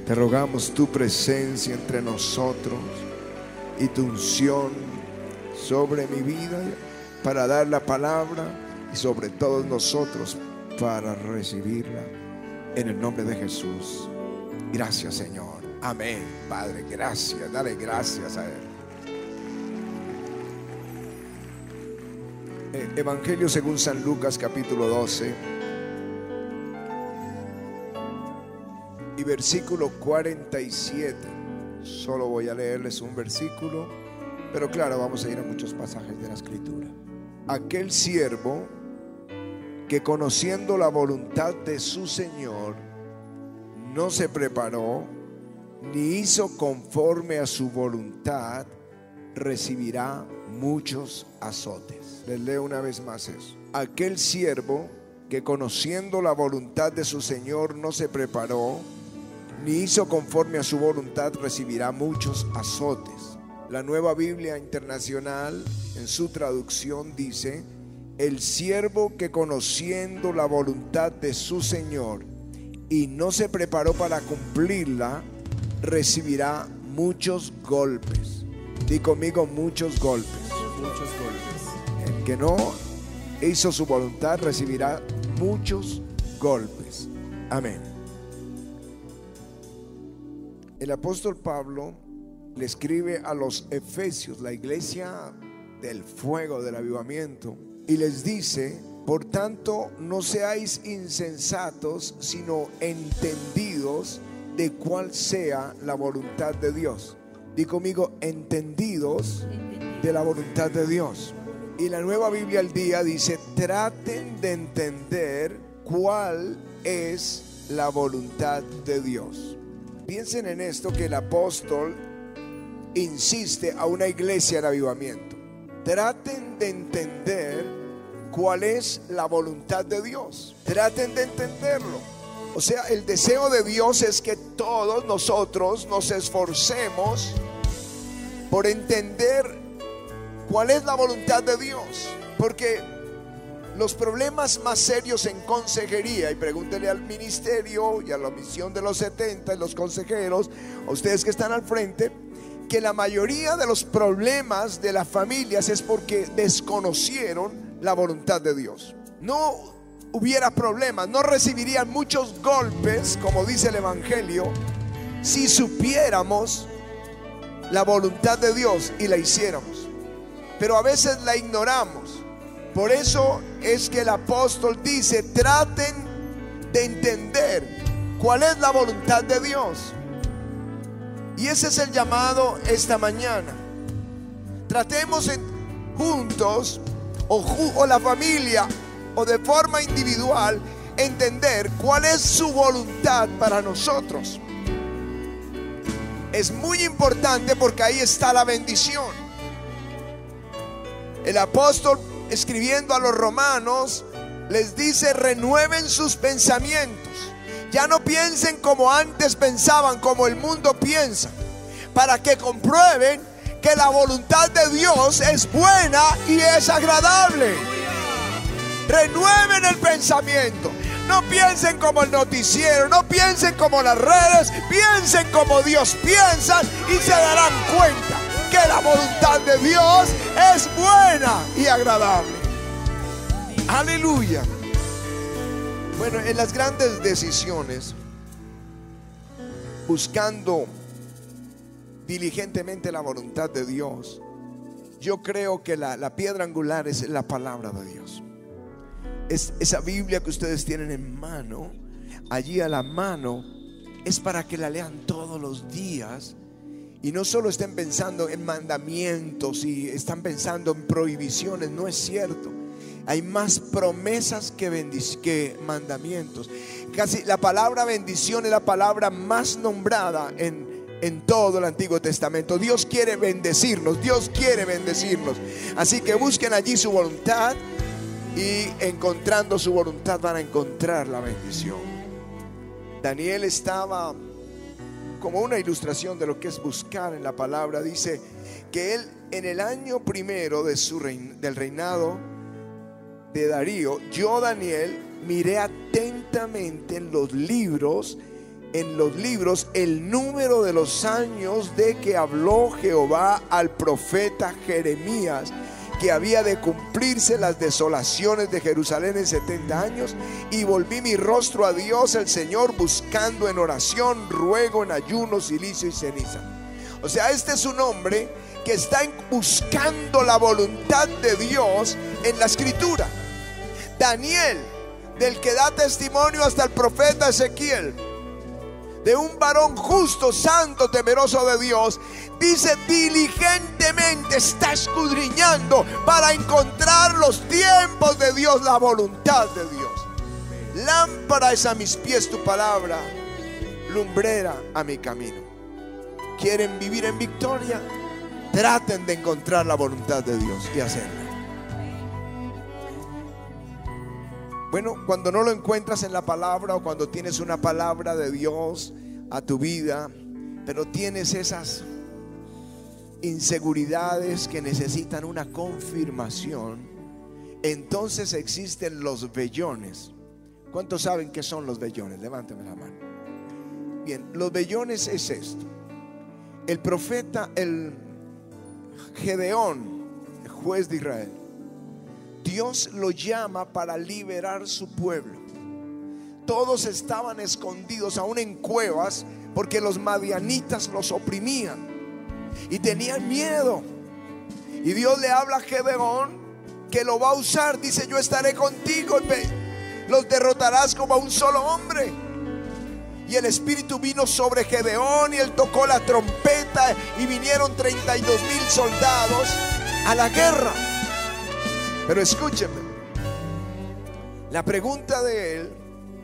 Te rogamos tu presencia entre nosotros y tu unción sobre mi vida para dar la palabra y sobre todos nosotros para recibirla en el nombre de Jesús. Gracias, Señor. Amén. Padre, gracias. Dale gracias a Él. Evangelio según San Lucas, capítulo 12 y versículo 47. Solo voy a leerles un versículo, pero claro, vamos a ir a muchos pasajes de la Escritura. Aquel siervo que, conociendo la voluntad de su Señor, no se preparó ni hizo conforme a su voluntad, recibirá muchos azotes. Les leo una vez más eso. Aquel siervo que, conociendo la voluntad de su Señor, no se preparó ni hizo conforme a su voluntad, recibirá muchos azotes. La Nueva Biblia Internacional, en su traducción, dice: el siervo que, conociendo la voluntad de su Señor y no se preparó para cumplirla, recibirá muchos golpes. Di conmigo: muchos golpes. Muchos golpes. El que no hizo su voluntad recibirá muchos golpes. Amén. El apóstol Pablo le escribe a los Efesios, la iglesia del fuego, del avivamiento, y les dice: por tanto, no seáis insensatos, sino entendidos de cuál sea la voluntad de Dios. Di conmigo: entendidos de la voluntad de Dios. Y la Nueva Biblia al Día dice: traten de entender cuál es la voluntad de Dios. Piensen en esto, que el apóstol insiste a una iglesia en avivamiento: traten de entender cuál es la voluntad de Dios. Traten de entenderlo. O sea, el deseo de Dios es que todos nosotros nos esforcemos por entender cuál es la voluntad de Dios. Porque los problemas más serios en consejería, y pregúntele al ministerio y a la misión de los 70 y los consejeros, a ustedes que están al frente, que la mayoría de los problemas de las familias es porque desconocieron la voluntad de Dios. No hubiera problemas, no recibirían muchos golpes, como dice el Evangelio, si supiéramos la voluntad de Dios y la hiciéramos. Pero a veces la ignoramos. Por eso es que el apóstol dice: traten de entender cuál es la voluntad de Dios. Y ese es el llamado esta mañana. Tratemos juntos, o la familia, o de forma individual, entender cuál es su voluntad para nosotros. Es muy importante, porque ahí está la bendición. El apóstol, escribiendo a los romanos, les dice: renueven sus pensamientos. Ya no piensen como antes pensaban, como el mundo piensa, para que comprueben que la voluntad de Dios es buena y es agradable. Renueven el pensamiento. No piensen como el noticiero, no piensen como las redes, piensen como Dios piensa, y se darán cuenta que la voluntad de Dios es buena y agradable. Aleluya. Bueno, en las grandes decisiones, buscando diligentemente la voluntad de Dios, yo creo que la piedra angular es la palabra de Dios. Es esa Biblia que ustedes tienen en mano, allí a la mano, es para que la lean todos los días. Y no solo estén pensando en mandamientos y están pensando en prohibiciones. No es cierto. Hay más promesas que mandamientos. Casi la palabra bendición es la palabra más nombrada en todo el Antiguo Testamento. Dios quiere bendecirnos. Dios quiere bendecirnos. Así que busquen allí su voluntad, y encontrando su voluntad van a encontrar la bendición. Daniel estaba como una ilustración de lo que es buscar en la palabra. Dice que él, en el año primero del reinado de Darío, yo, Daniel, miré atentamente en los libros en los libros el número de los años de que habló Jehová al profeta Jeremías, que había de cumplirse las desolaciones de Jerusalén en 70 años. Y volví mi rostro a Dios el Señor, buscando en oración, ruego, en ayuno, cilicio y ceniza. O sea, este es un hombre que está buscando la voluntad de Dios en la escritura. Daniel, del que da testimonio hasta el profeta Ezequiel, de un varón justo, santo, temeroso de Dios, dice: diligentemente está escudriñando para encontrar los tiempos de Dios, la voluntad de Dios. Lámpara es a mis pies tu palabra, lumbrera a mi camino. ¿Quieren vivir en victoria? Traten de encontrar la voluntad de Dios y hacerla. Bueno, cuando no lo encuentras en la palabra, o cuando tienes una palabra de Dios a tu vida, pero tienes esas inseguridades que necesitan una confirmación, entonces existen los vellones. ¿Cuántos saben qué son los vellones? Levántame la mano. Bien, los vellones es esto. El profeta, el Gedeón, el juez de Israel, Dios lo llama para liberar su pueblo. Todos estaban escondidos aún en cuevas, porque los madianitas los oprimían y tenían miedo. Y Dios le habla a Gedeón que lo va a usar. Dice: yo estaré contigo, los derrotarás como a un solo hombre. Y el Espíritu vino sobre Gedeón, y él tocó la trompeta, y vinieron 32,000 soldados a la guerra. Pero escúchenme, la pregunta de él,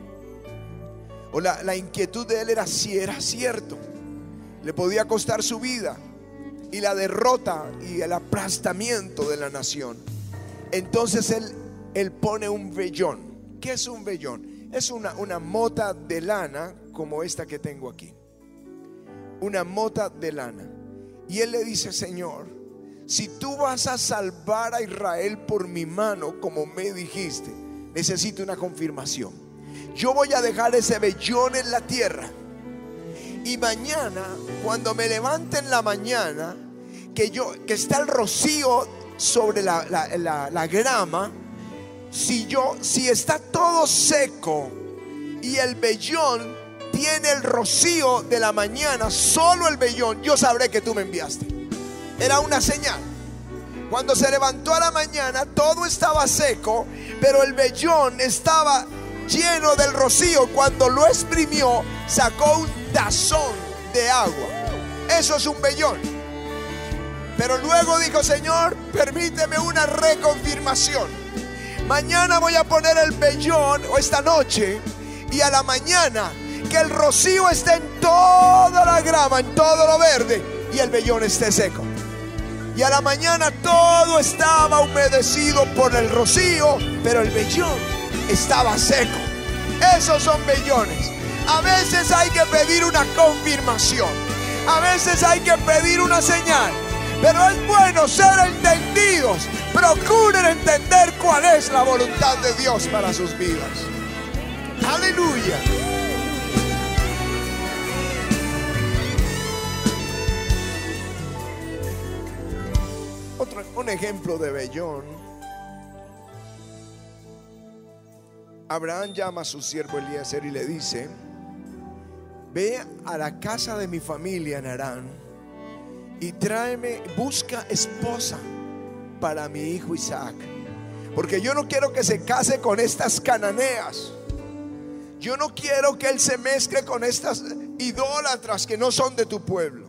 o la inquietud de él, era si era cierto. Le podía costar su vida y la derrota y el aplastamiento de la nación. Entonces él pone un vellón. ¿Qué es un vellón? Es una mota de lana como esta que tengo aquí. Una mota de lana. Y él le dice: Señor, si tú vas a salvar a Israel por mi mano, como me dijiste, necesito una confirmación. Yo voy a dejar ese vellón en la tierra, y mañana, cuando me levante en la mañana, que está el rocío sobre la grama, si está todo seco y el vellón tiene el rocío de la mañana, solo el vellón, yo sabré que tú me enviaste. Era una señal. Cuando se levantó a la mañana, todo estaba seco, pero el vellón estaba lleno del rocío. Cuando lo exprimió, sacó un tazón de agua. Eso es un vellón. Pero luego dijo: Señor, permíteme una reconfirmación. Mañana voy a poner el vellón, o esta noche, y a la mañana que el rocío esté en toda la grama, en todo lo verde, y el vellón esté seco. Y a la mañana todo estaba humedecido por el rocío, pero el vellón estaba seco. Esos son vellones. A veces hay que pedir una confirmación, a veces hay que pedir una señal, pero es bueno ser entendidos. Procuren entender cuál es la voluntad de Dios para sus vidas. Aleluya. Un ejemplo de vellón. Abraham llama a su siervo Eliezer y le dice: ve a la casa de mi familia en Harán y busca esposa para mi hijo Isaac, porque yo no quiero que se case con estas cananeas. Yo no quiero que él se mezcle con estas idólatras que no son de tu pueblo.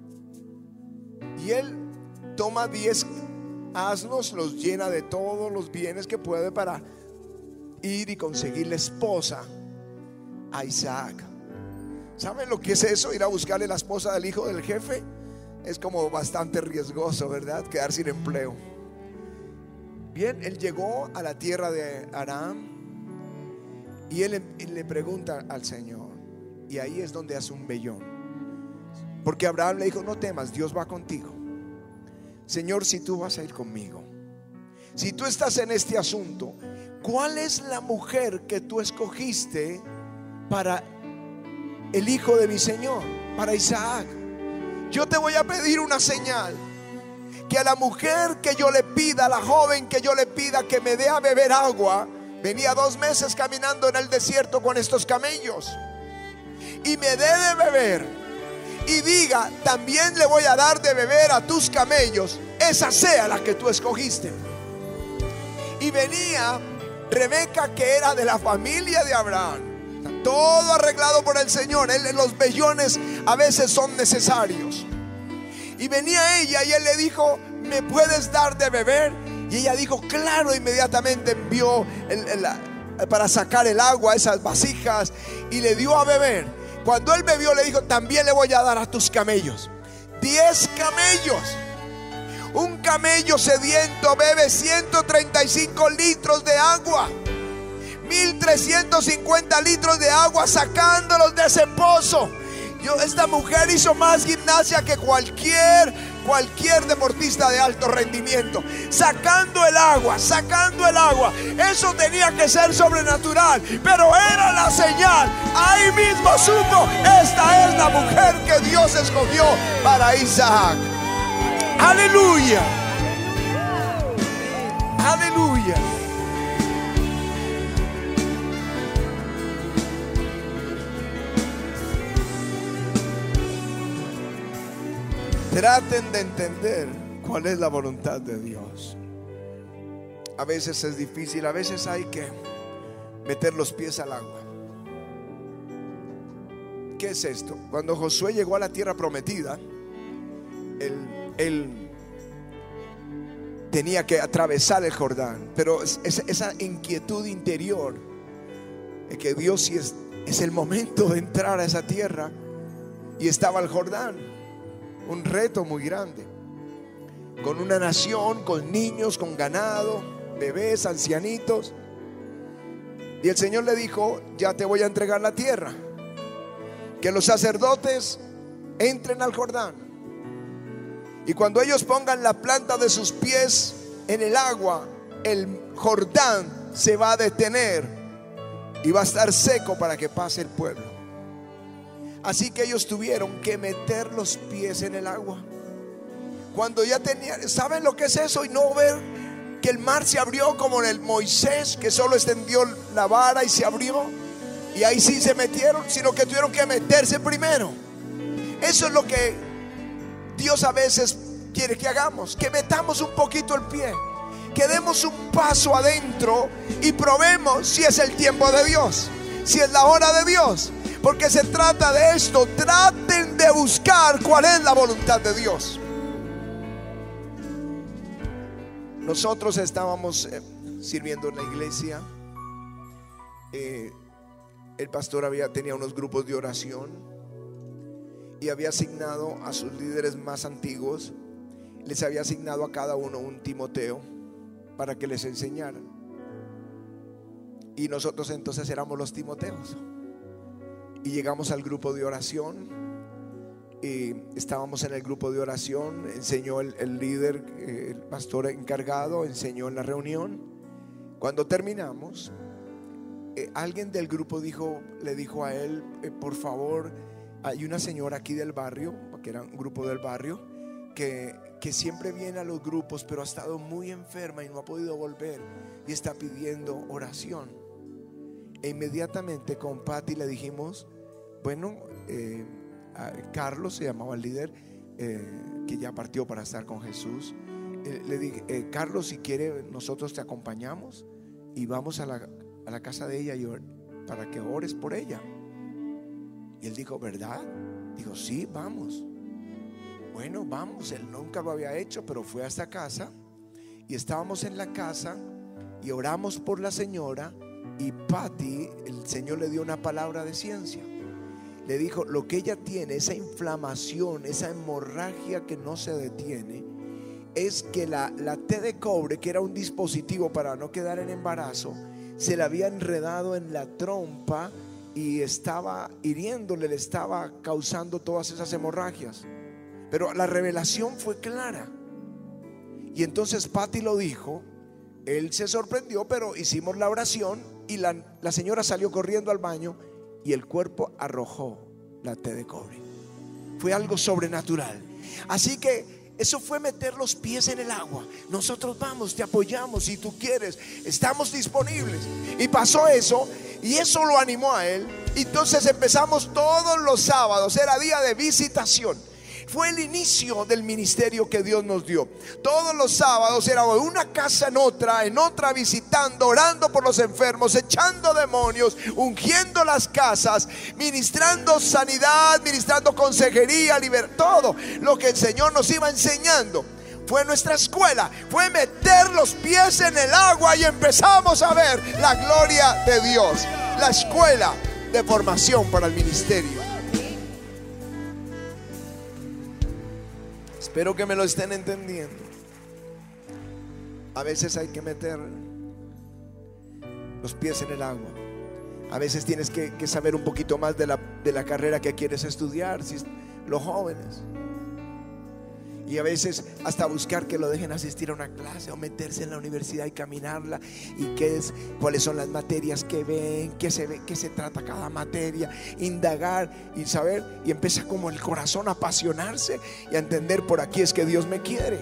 Y él toma 10 asnos, los llena de todos los bienes que puede para ir y conseguirle esposa a Isaac. ¿Saben lo que es eso? Ir a buscarle la esposa del hijo del jefe. Es como bastante riesgoso, ¿verdad? Quedar sin empleo. Bien, él llegó a la tierra de Aram y él le pregunta al Señor, y ahí es donde hace un vellón, porque Abraham le dijo: no temas, Dios va contigo. Señor, si tú vas a ir conmigo, si tú estás en este asunto, ¿cuál es la mujer que tú escogiste para el hijo de mi Señor, para Isaac. Yo te voy a pedir una señal, que a la mujer que yo le pida, a la joven que yo le pida que me dé a beber agua. Venía 2 meses caminando en el desierto con estos camellos, y me dé de beber, y diga: también le voy a dar de beber a tus camellos. Esa sea la que tú escogiste. Y venía Rebeca, que era de la familia de Abraham, todo arreglado por el Señor. Los vellones a veces son necesarios. Y venía ella y él le dijo: ¿me puedes dar de beber? Y ella dijo: claro. Inmediatamente envió para sacar el agua a esas vasijas y le dio a beber. Cuando él bebió, le dijo: también le voy a dar a tus camellos. 10 camellos. Un camello sediento bebe 135 litros de agua, 1350 litros de agua, sacándolos de ese pozo. Esta mujer hizo más gimnasia que cualquier deportista de alto rendimiento, sacando el agua. Eso tenía que ser sobrenatural, pero era la señal. Ahí mismo supo: esta es la mujer que Dios escogió para Isaac. Aleluya, aleluya. Traten de entender cuál es la voluntad de Dios. A veces es difícil, a veces hay que meter los pies al agua. ¿Qué es esto? Cuando Josué llegó a la tierra prometida, él tenía que atravesar el Jordán, pero esa inquietud interior de que Dios, si es el momento de entrar a esa tierra, y estaba el Jordán, un reto muy grande, con una nación, con niños, con ganado, bebés, ancianitos. Y el Señor le dijo: ya te voy a entregar la tierra, que los sacerdotes entren al Jordán, y cuando ellos pongan la planta de sus pies en el agua, el Jordán se va a detener y va a estar seco para que pase el pueblo. Así que ellos tuvieron que meter los pies en el agua. Cuando ya tenían, ¿saben lo que es eso? Y no ver que el mar se abrió como en el Moisés, que solo extendió la vara y se abrió, y ahí sí se metieron, sino que tuvieron que meterse primero. Eso es lo que Dios a veces quiere que hagamos, que metamos un poquito el pie, que demos un paso adentro y probemos si es el tiempo de Dios, si es la hora de Dios. Porque se trata de esto. Traten de buscar cuál es la voluntad de Dios. Nosotros estábamos sirviendo en la iglesia. El pastor tenía unos grupos de oración y había asignado a sus líderes más antiguos, les había asignado a cada uno un Timoteo para que les enseñaran. Y nosotros entonces éramos los Timoteos. Y llegamos al grupo de oración, y estábamos en el grupo de oración. Enseñó el líder, el pastor encargado, enseñó en la reunión. Cuando terminamos, alguien del grupo le dijo a él: por favor, hay una señora aquí del barrio, que era un grupo del barrio, que siempre viene a los grupos, pero ha estado muy enferma y no ha podido volver, y está pidiendo oración. E inmediatamente con Patty le dijimos: bueno, Carlos se llamaba el líder, que ya partió para estar con Jesús. Le dije: Carlos, si quiere, nosotros te acompañamos y vamos a la casa de ella para que ores por ella. Y él dijo: ¿verdad? Dijo: sí, vamos. Bueno, vamos. Él nunca lo había hecho, pero fue a esta casa, y estábamos en la casa y oramos por la señora. Y Patty, el Señor le dio una palabra de ciencia. Le dijo: lo que ella tiene, esa inflamación, esa hemorragia que no se detiene, es que la T de cobre, que era un dispositivo para no quedar en embarazo, se le había enredado en la trompa y estaba hiriéndole, le estaba causando todas esas hemorragias. Pero la revelación fue clara. Y entonces Patty lo dijo. Él se sorprendió, pero hicimos la oración y la señora salió corriendo al baño y el cuerpo arrojó la T de cobre. Fue algo sobrenatural. Así que eso fue meter los pies en el agua. Nosotros vamos, te apoyamos si tú quieres, estamos disponibles. Y pasó eso, y eso lo animó a él. Entonces empezamos todos los sábados, era día de visitación. Fue el inicio del ministerio que Dios nos dio. Todos los sábados era de una casa en otra visitando, orando por los enfermos, echando demonios, ungiendo las casas, ministrando sanidad, ministrando consejería, todo lo que el Señor nos iba enseñando. Fue nuestra escuela, fue meter los pies en el agua y empezamos a ver la gloria de Dios. La escuela de formación para el ministerio. Espero que me lo estén entendiendo. A veces hay que meter los pies en el agua. A veces tienes que saber un poquito más de la carrera que quieres estudiar, si los jóvenes. Y a veces hasta buscar que lo dejen asistir a una clase o meterse en la universidad y caminarla. Y cuáles son las materias que ven, qué se trata cada materia. Indagar y saber. Y empieza como el corazón a apasionarse y a entender: por aquí es que Dios me quiere.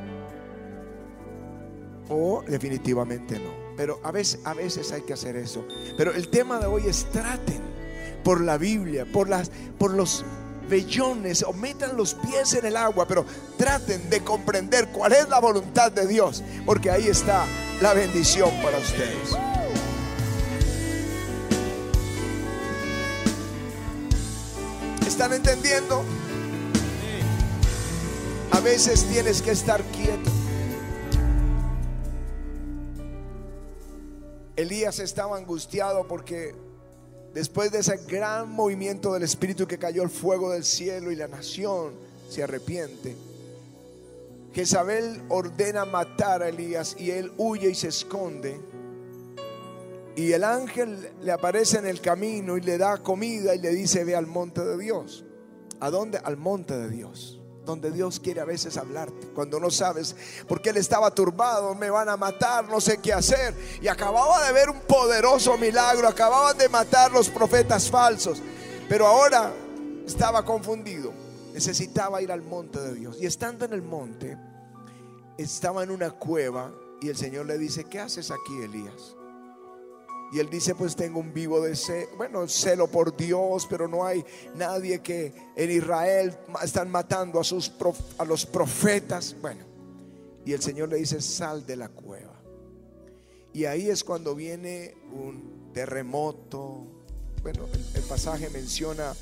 O definitivamente no. Pero a veces hay que hacer eso. Pero el tema de hoy es: traten por la Biblia, por los vellones, o metan los pies en el agua, pero traten de comprender cuál es la voluntad de Dios, porque ahí está la bendición para ustedes. ¿Están entendiendo? A veces tienes que estar quieto. Elías estaba angustiado porque después de ese gran movimiento del Espíritu, que cayó el fuego del cielo y la nación se arrepiente, Jezabel ordena matar a Elías y él huye y se esconde. Y el ángel le aparece en el camino y le da comida y le dice: ve al monte de Dios. ¿A dónde? Al monte de Dios, donde Dios quiere a veces hablarte cuando no sabes, porque él estaba turbado: me van a matar, no sé qué hacer. Y acababa de ver un poderoso milagro, acababan de matar los profetas falsos, pero ahora estaba confundido, necesitaba ir al monte de Dios. Y estando en el monte, estaba en una cueva y el Señor le dice: ¿qué haces aquí, Elías? Y él dice: pues tengo un vivo deseo, celo por Dios, pero no hay nadie, que en Israel están matando a los profetas. Y el Señor le dice: sal de la cueva. Y ahí es cuando viene un terremoto. El pasaje menciona,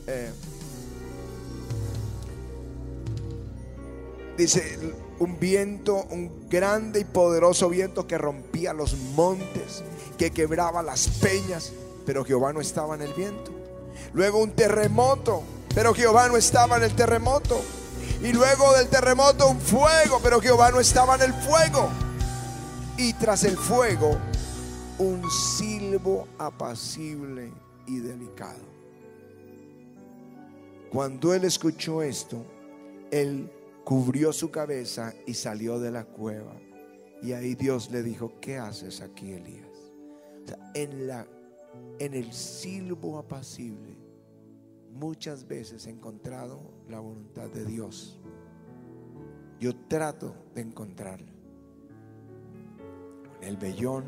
dice, un viento, un grande y poderoso viento que rompía los montes, que quebraba las peñas, pero Jehová no estaba en el viento. Luego un terremoto, pero Jehová no estaba en el terremoto. Y luego del terremoto un fuego, pero Jehová no estaba en el fuego. Y tras el fuego un silbo apacible y delicado. Cuando él escuchó esto, él cubrió su cabeza y salió de la cueva. Y ahí Dios le dijo: ¿qué haces aquí, Elías? O sea, en el silbo apacible muchas veces he encontrado la voluntad de Dios. Yo trato de encontrarla en el vellón,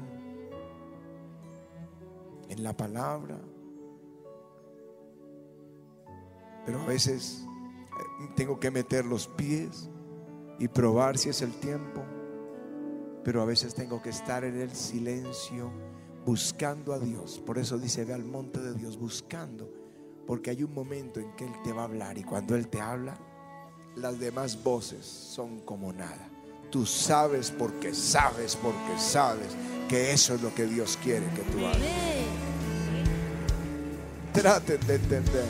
en la palabra, pero a veces tengo que meter los pies y probar si es el tiempo. Pero a veces tengo que estar en el silencio, buscando a Dios. Por eso dice: ve al monte de Dios, buscando, porque hay un momento en que Él te va a hablar. Y cuando Él te habla, las demás voces son como nada. Tú sabes porque sabes que eso es lo que Dios quiere que tú hagas. Traten de entender.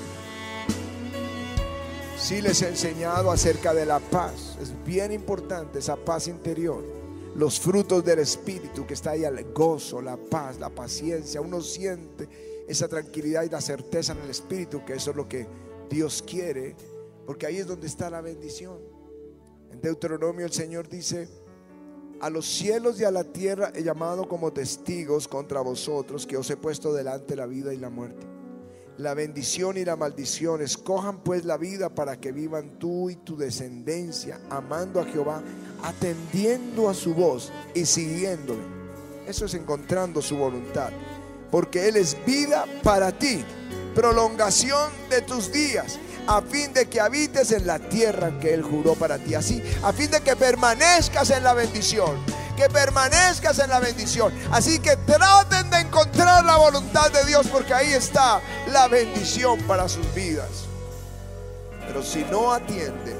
Sí, les he enseñado acerca de la paz. Es bien importante esa paz interior. Los frutos del Espíritu que está ahí: el gozo, la paz, la paciencia. Uno siente esa tranquilidad y la certeza en el Espíritu, que eso es lo que Dios quiere, porque ahí es donde está la bendición. En Deuteronomio el Señor dice: a los cielos y a la tierra he llamado como testigos contra vosotros, que os he puesto delante la vida y la muerte, la bendición y la maldición. Escojan pues la vida para que vivan tú y tu descendencia, amando a Jehová, atendiendo a su voz y siguiéndole. Eso es encontrando su voluntad, porque Él es vida para ti, prolongación de tus días, a fin de que habites en la tierra que Él juró para ti. Así, a fin de que permanezcas en la bendición, que permanezcas en la bendición. Así que traten de encontrar la voluntad de Dios, porque ahí está la bendición para sus vidas. Pero si no atienden,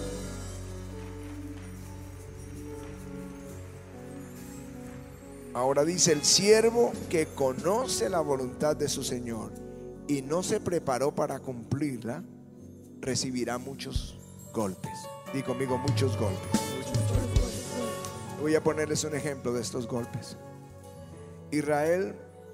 ahora dice: el siervo que conoce la voluntad de su Señor y no se preparó para cumplirla, recibirá muchos golpes. Di conmigo: muchos golpes. Voy a ponerles un ejemplo de estos golpes. Israel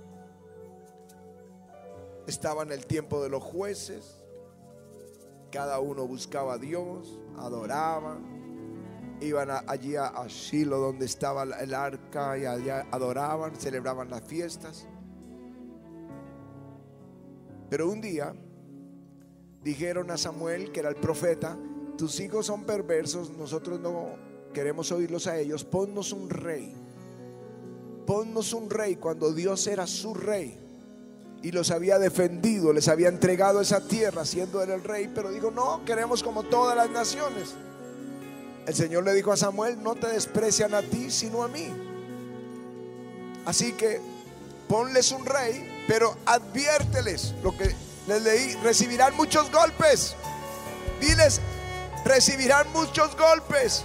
estaba en el tiempo de los jueces. Cada uno buscaba a Dios, adoraban. Iban allí a Shiloh, donde estaba el arca, y allá adoraban, celebraban las fiestas. Pero un día dijeron a Samuel, que era el profeta: tus hijos son perversos, nosotros no queremos oírlos a ellos. Ponnos un rey. Ponnos un rey, cuando Dios era su rey y los había defendido, les había entregado esa tierra siendo él el rey. Pero dijo: no, queremos como todas las naciones. El Señor le dijo a Samuel: no te desprecian a ti, sino a mí. Así que ponles un rey, pero adviérteles lo que les leí: recibirán muchos golpes. Diles: recibirán muchos golpes.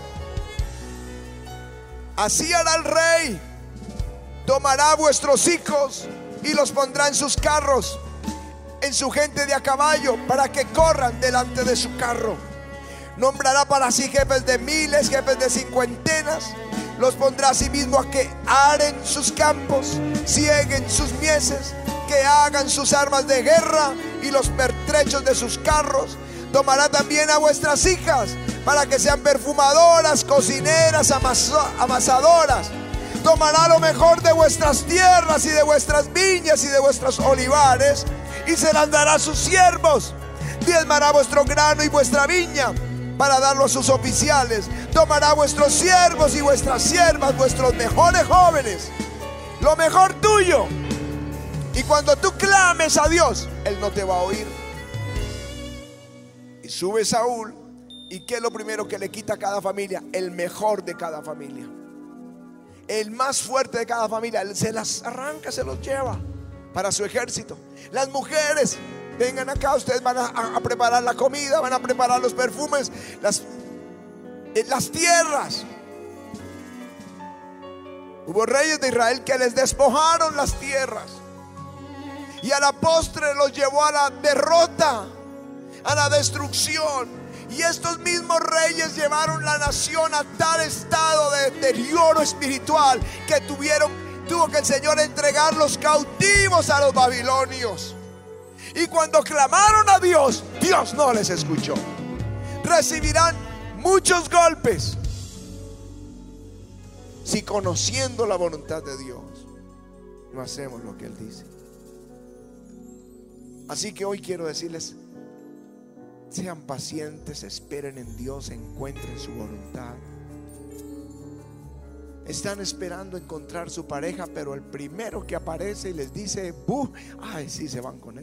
Así hará el rey: tomará a vuestros hijos y los pondrá en sus carros, en su gente de a caballo, para que corran delante de su carro. Nombrará para sí jefes de miles, jefes de cincuentenas. Los pondrá a sí mismo a que aren sus campos, sieguen sus mieses, que hagan sus armas de guerra y los pertrechos de sus carros. Tomará también a vuestras hijas para que sean perfumadoras, cocineras, amasadoras. Tomará lo mejor de vuestras tierras y de vuestras viñas y de vuestros olivares, y se las dará a sus siervos. Diezmará vuestro grano y vuestra viña para darlo a sus oficiales. Tomará vuestros siervos y vuestras siervas, vuestros mejores jóvenes, lo mejor tuyo. Y cuando tú clames a Dios, Él no te va a oír. Y sube Saúl, ¿y qué es lo primero que le quita a cada familia? El mejor de cada familia, el más fuerte de cada familia. Él se las arranca, se los lleva para su ejército. Las mujeres: vengan acá, ustedes van a preparar la comida, van a preparar los perfumes, las tierras. Hubo reyes de Israel que les despojaron las tierras, y a la postre los llevó a la derrota, a la destrucción. Y estos mismos reyes llevaron la nación a tal estado de deterioro espiritual que tuvo que el Señor entregar los cautivos a los babilonios. Y cuando clamaron a Dios, Dios no les escuchó. Recibirán muchos golpes si, conociendo la voluntad de Dios, no hacemos lo que Él dice. Así que hoy quiero decirles: sean pacientes, esperen en Dios, encuentren su voluntad. Están esperando encontrar su pareja, pero el primero que aparece y les dice "buh", ay, sí, se van con él.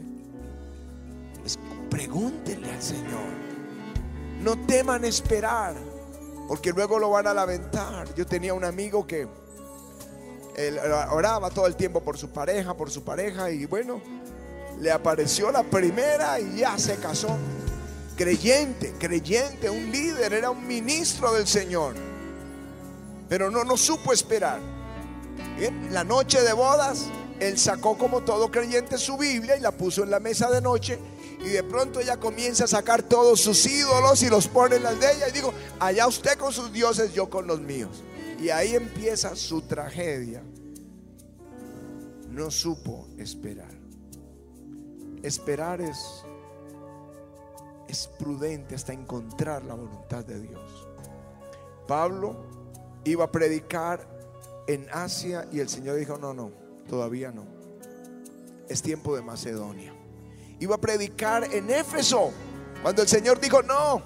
Pregúntenle al Señor. No teman esperar, porque luego lo van a lamentar. Yo tenía un amigo que él oraba todo el tiempo por su pareja, y bueno, le apareció la primera y ya se casó. Creyente, un líder, era un ministro del Señor, pero no supo esperar. Bien, la noche de bodas, él sacó, como todo creyente, su Biblia y la puso en la mesa de noche, y de pronto ella comienza a sacar todos sus ídolos y los pone en las de ella, y digo: allá usted con sus dioses, yo con los míos. Y ahí empieza su tragedia. No supo esperar. Esperar es prudente hasta encontrar la voluntad de Dios. Pablo iba a predicar en Asia y el Señor dijo: no, todavía no. Es tiempo de Macedonia. iba a predicar en Éfeso, cuando el Señor dijo: no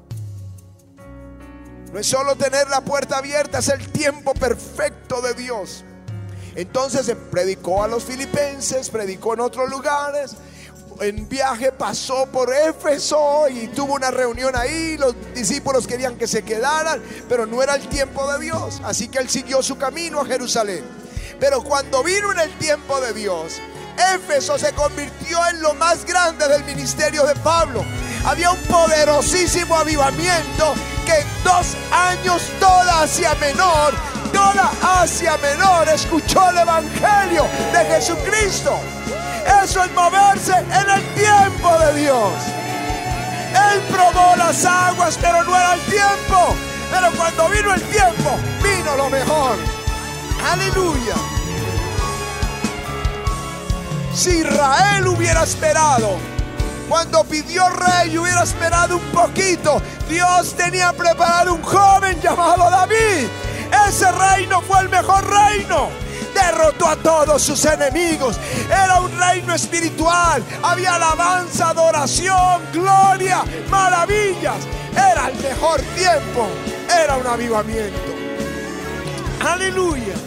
es solo tener la puerta abierta, es el tiempo perfecto de Dios. Entonces predicó a los filipenses, predicó en otros lugares. En viaje pasó por Éfeso y tuvo una reunión ahí. Los discípulos querían que se quedaran, pero no era el tiempo de Dios, así que él siguió su camino a Jerusalén. Pero cuando vino en el tiempo de Dios, Éfeso se convirtió en lo más grande del ministerio de Pablo. Había un poderosísimo avivamiento que en 2 años toda Asia Menor escuchó el evangelio de Jesucristo. Eso es moverse en el tiempo de Dios. Él probó las aguas, pero no era el tiempo. Pero cuando vino el tiempo, vino lo mejor. Aleluya. Si Israel hubiera esperado, cuando pidió rey, hubiera esperado un poquito, Dios tenía preparado un joven llamado David. Ese reino fue el mejor reino. Derrotó a todos sus enemigos. Era un reino espiritual. Había alabanza, adoración, gloria, maravillas. Era el mejor tiempo. Era un avivamiento. Aleluya.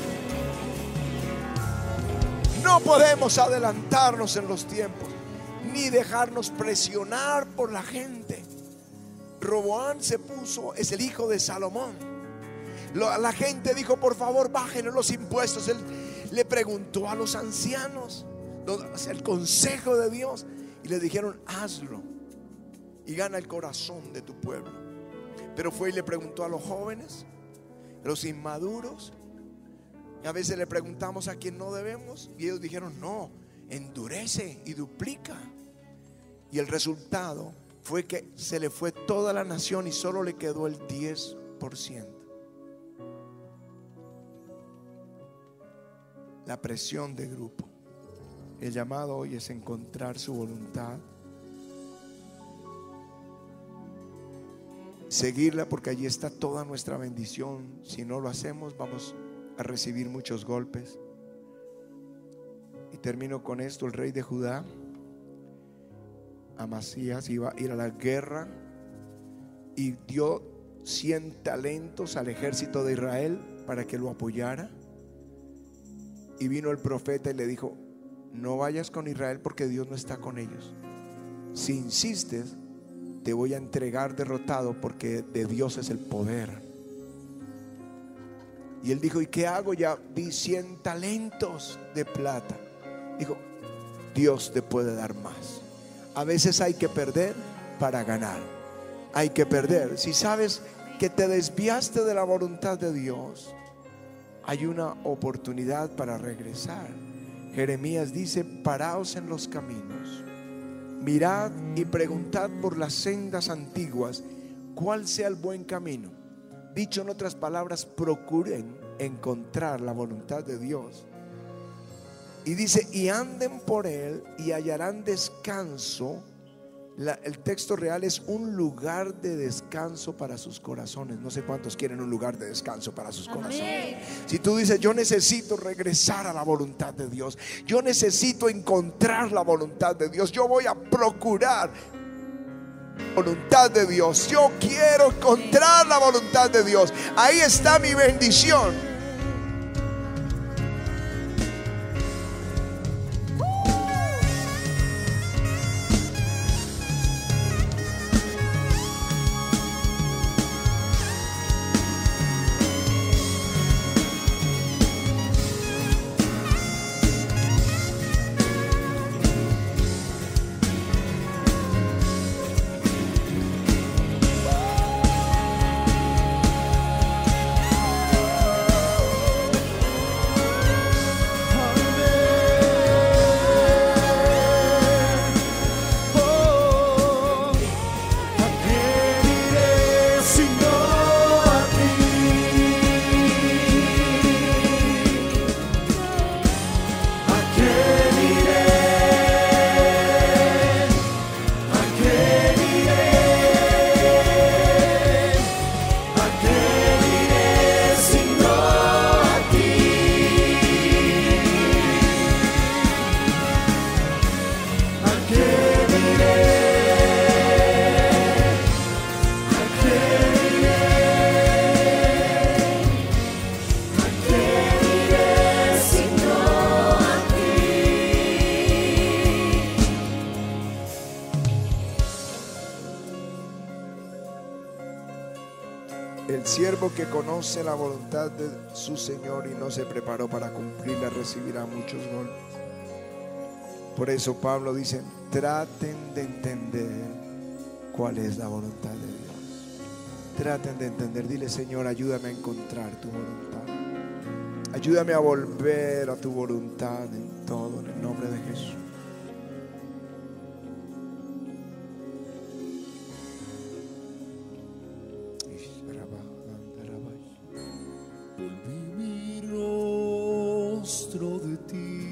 No podemos adelantarnos en los tiempos, ni dejarnos presionar por la gente. Roboam es el hijo de Salomón. La gente dijo: por favor, bájenle los impuestos. Él le preguntó a los ancianos, el consejo de Dios, y le dijeron: hazlo y gana el corazón de tu pueblo. Pero fue y le preguntó a los jóvenes, los inmaduros. Y a veces le preguntamos a quien no debemos, y ellos dijeron: no, endurece y duplica. Y el resultado fue que se le fue toda la nación y solo le quedó el 10%. La presión de grupo. El llamado hoy es encontrar su voluntad, seguirla, porque allí está toda nuestra bendición. Si no lo hacemos, vamos a recibir muchos golpes. Y termino con esto. El rey de Judá, Amasías, iba a ir a la guerra y dio 100 talentos al ejército de Israel para que lo apoyara. Y vino el profeta y le dijo: no vayas con Israel porque Dios no está con ellos. Si insistes, te voy a entregar derrotado, porque de Dios es el poder. Y él dijo: ¿y qué hago? Ya di 100 talentos de plata. Dijo: Dios te puede dar más. A veces hay que perder para ganar. Hay que perder. Si sabes que te desviaste de la voluntad de Dios, hay una oportunidad para regresar. Jeremías dice: paraos en los caminos, mirad y preguntad por las sendas antiguas, cuál sea el buen camino. Dicho en otras palabras, procuren encontrar la voluntad de Dios. Y dice: y anden por él y hallarán descanso. El texto real es un lugar de descanso para sus corazones. No sé cuántos quieren un lugar de descanso para sus corazones. Si tú dices: yo necesito regresar a la voluntad de Dios, yo necesito encontrar la voluntad de Dios, yo voy a procurar la voluntad de Dios, yo quiero encontrar la voluntad de Dios, ahí está mi bendición. El siervo que conoce la voluntad de su Señor y no se preparó para cumplirla recibirá muchos golpes. Por eso Pablo dice: traten de entender cuál es la voluntad de Dios. Traten de entender. Dile: Señor, ayúdame a encontrar tu voluntad. Ayúdame a volver a tu voluntad en todo, en el nombre de Jesús. Volví mi rostro de ti,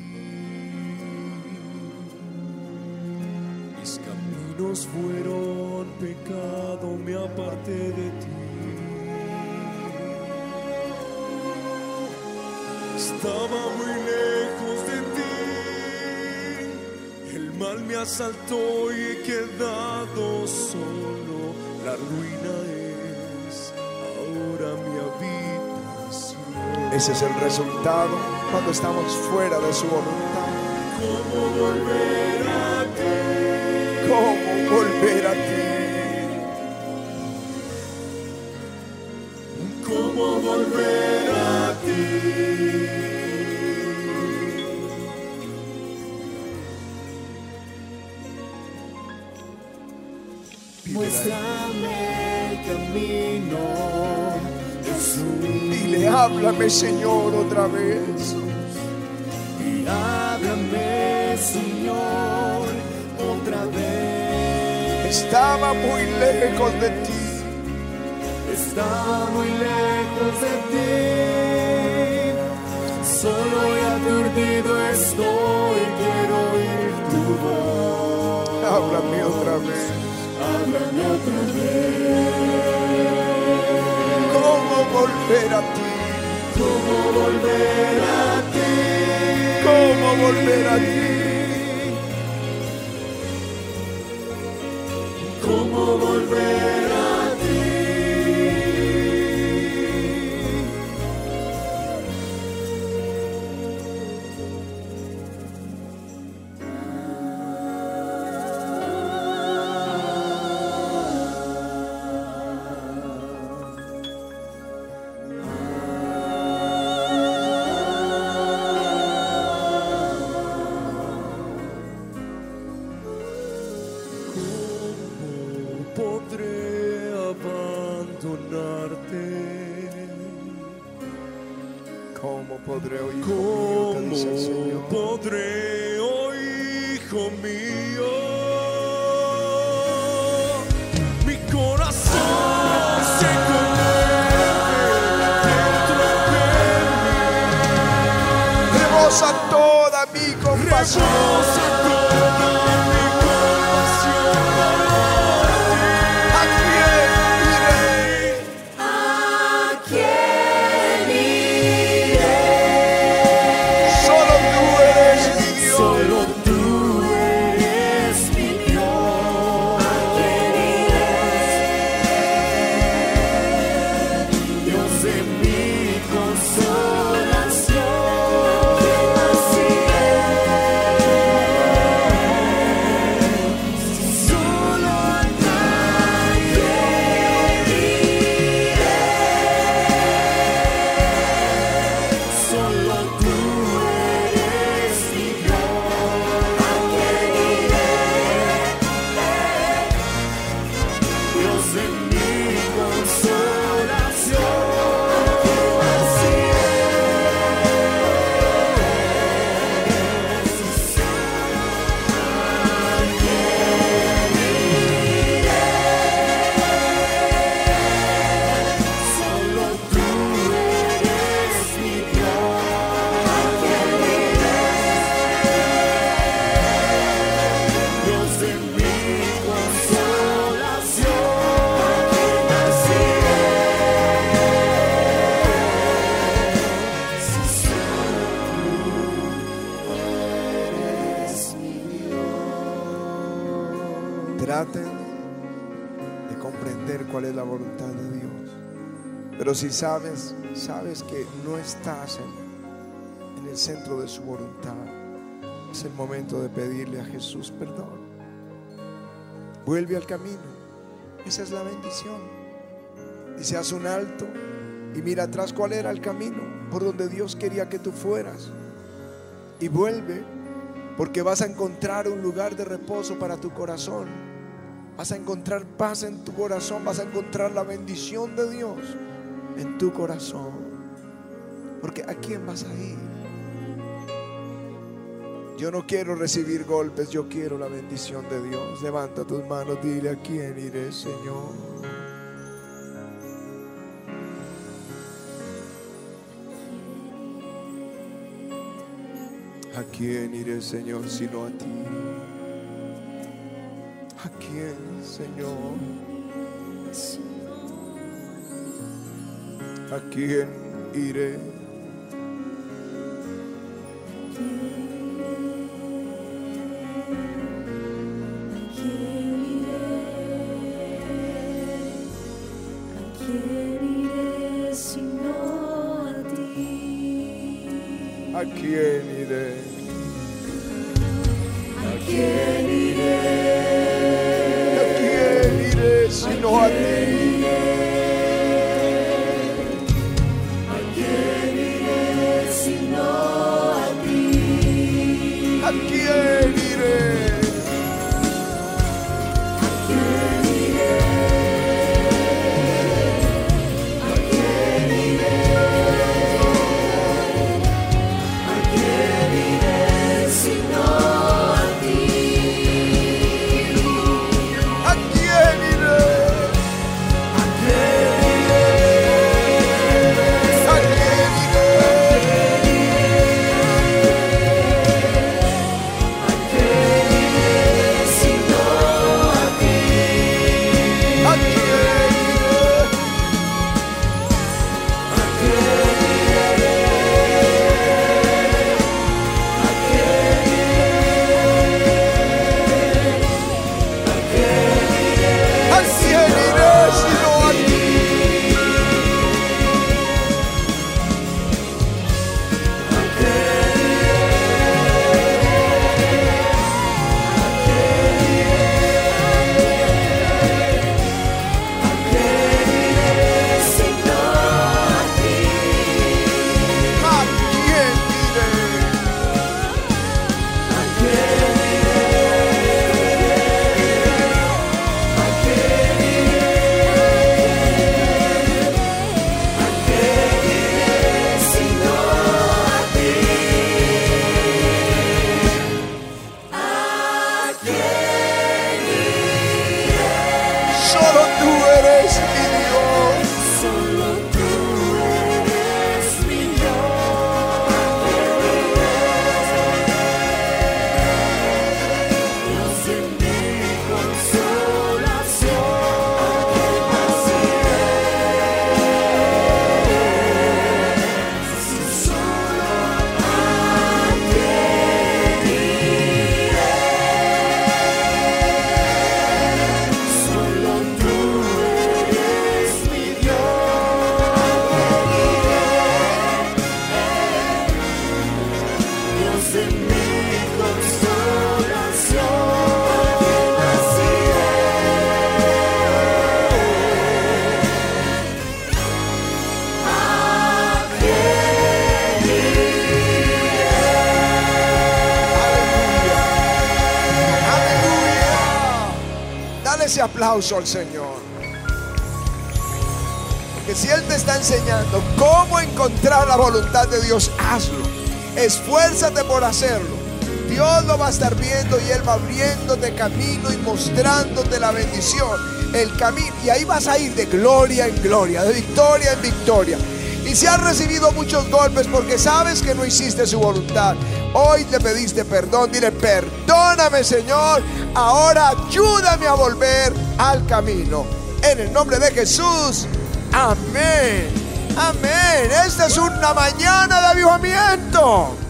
mis caminos fueron pecado, me aparté de ti. Estaba muy lejos de ti, el mal me asaltó y he quedado solo. La ruina es ahora mi habitación. Ese es el resultado cuando estamos fuera de su voluntad. ¿Cómo volver a ti? ¿Cómo volver a ti? ¿Cómo volver a ti? Muéstrame el camino, Jesús. Dile: háblame, Señor, otra vez. Y háblame, Señor, otra vez. Estaba muy lejos de ti. Estaba muy lejos de ti, solo y aturdido estoy, quiero oír tu voz. Háblame otra vez. Háblame otra vez. ¿Cómo volver a ti? ¿Cómo volver a ti? ¿Cómo volver a ti? ¿Cómo volver a ti? Podré abandonarte. ¿Cómo podré, oh hijo mío? Te dice el Señor. ¿Cómo podré, oh hijo mío? Mi corazón se conmueve dentro de mí. Rebosa toda mi compasión. Rebosa toda mi compasión. ¿A quién iré? ¿A quién iré? Solo tú eres mi Dios. Solo tú eres mi Dios. ¿A quién iré? Dios de mi consolación. ¿Quién más iré? Solo a quién iré. Solo tú eres mi Dios. ¿A quién iré? Dios de mi consolación. ¿Quién más iré? ¿A quién iré? Solo tú eres mi Dios. ¿A quién iré? Dios de mi consolación. ¿A quién más iré? Si solo tú eres mi Dios. Traten de comprender cuál es la voluntad de Dios. Pero si sabes que no estás en el centro de su voluntad, es el momento de pedirle a Jesús perdón. Vuelve al camino. Esa es la bendición. y se hace un alto y mira atrás cuál era el camino por donde Dios quería que tú fueras, y vuelve, porque vas a encontrar un lugar de reposo para tu corazón. Vas a encontrar paz en tu corazón, vas a encontrar la bendición de Dios en tu corazón. Porque ¿a quién vas a ir? Yo no quiero recibir golpes, yo quiero la bendición de Dios. Levanta tus manos, dile: ¿a quién iré, Señor? ¿A quién iré, Señor, sino a ti? ¿A quién, Señor? ¿A quién iré? ¿A quién iré? ¿A quién iré? ¿A quién iré sino a ti? ¿A quién iré sino a ti? ¿A quién iré? ¿A quién iré? ¿A quién iré? ¿A quién iré sino a ti? ¿A quién iré? ¿A quién iré? ¿A quién iré? ¿A quién iré sino a ti? ¿A quién iré? ¿A quién iré? ¿A quién iré? ¿A quién iré sino a ti? ¿A quién iré? Solo tú eres mi Dios. Solo tú eres mi Dios en mi consolación. Si solo a quién iré, solo tú eres mi Dios en mi consolación. Aleluya. Dale ese aplauso al Señor. Porque si Él te está enseñando cómo encontrar la voluntad de Dios, hazlo. Esfuérzate por hacerlo. Dios lo va a estar viendo y Él va abriéndote camino y mostrándote la bendición, el camino. Y ahí vas a ir de gloria en gloria, de victoria en victoria. Y si has recibido muchos golpes porque sabes que no hiciste su voluntad, hoy le pediste perdón, dile: perdóname, Señor, ahora ayúdame a volver al camino. En el nombre de Jesús, amén. Amén. Esta es una mañana de avivamiento.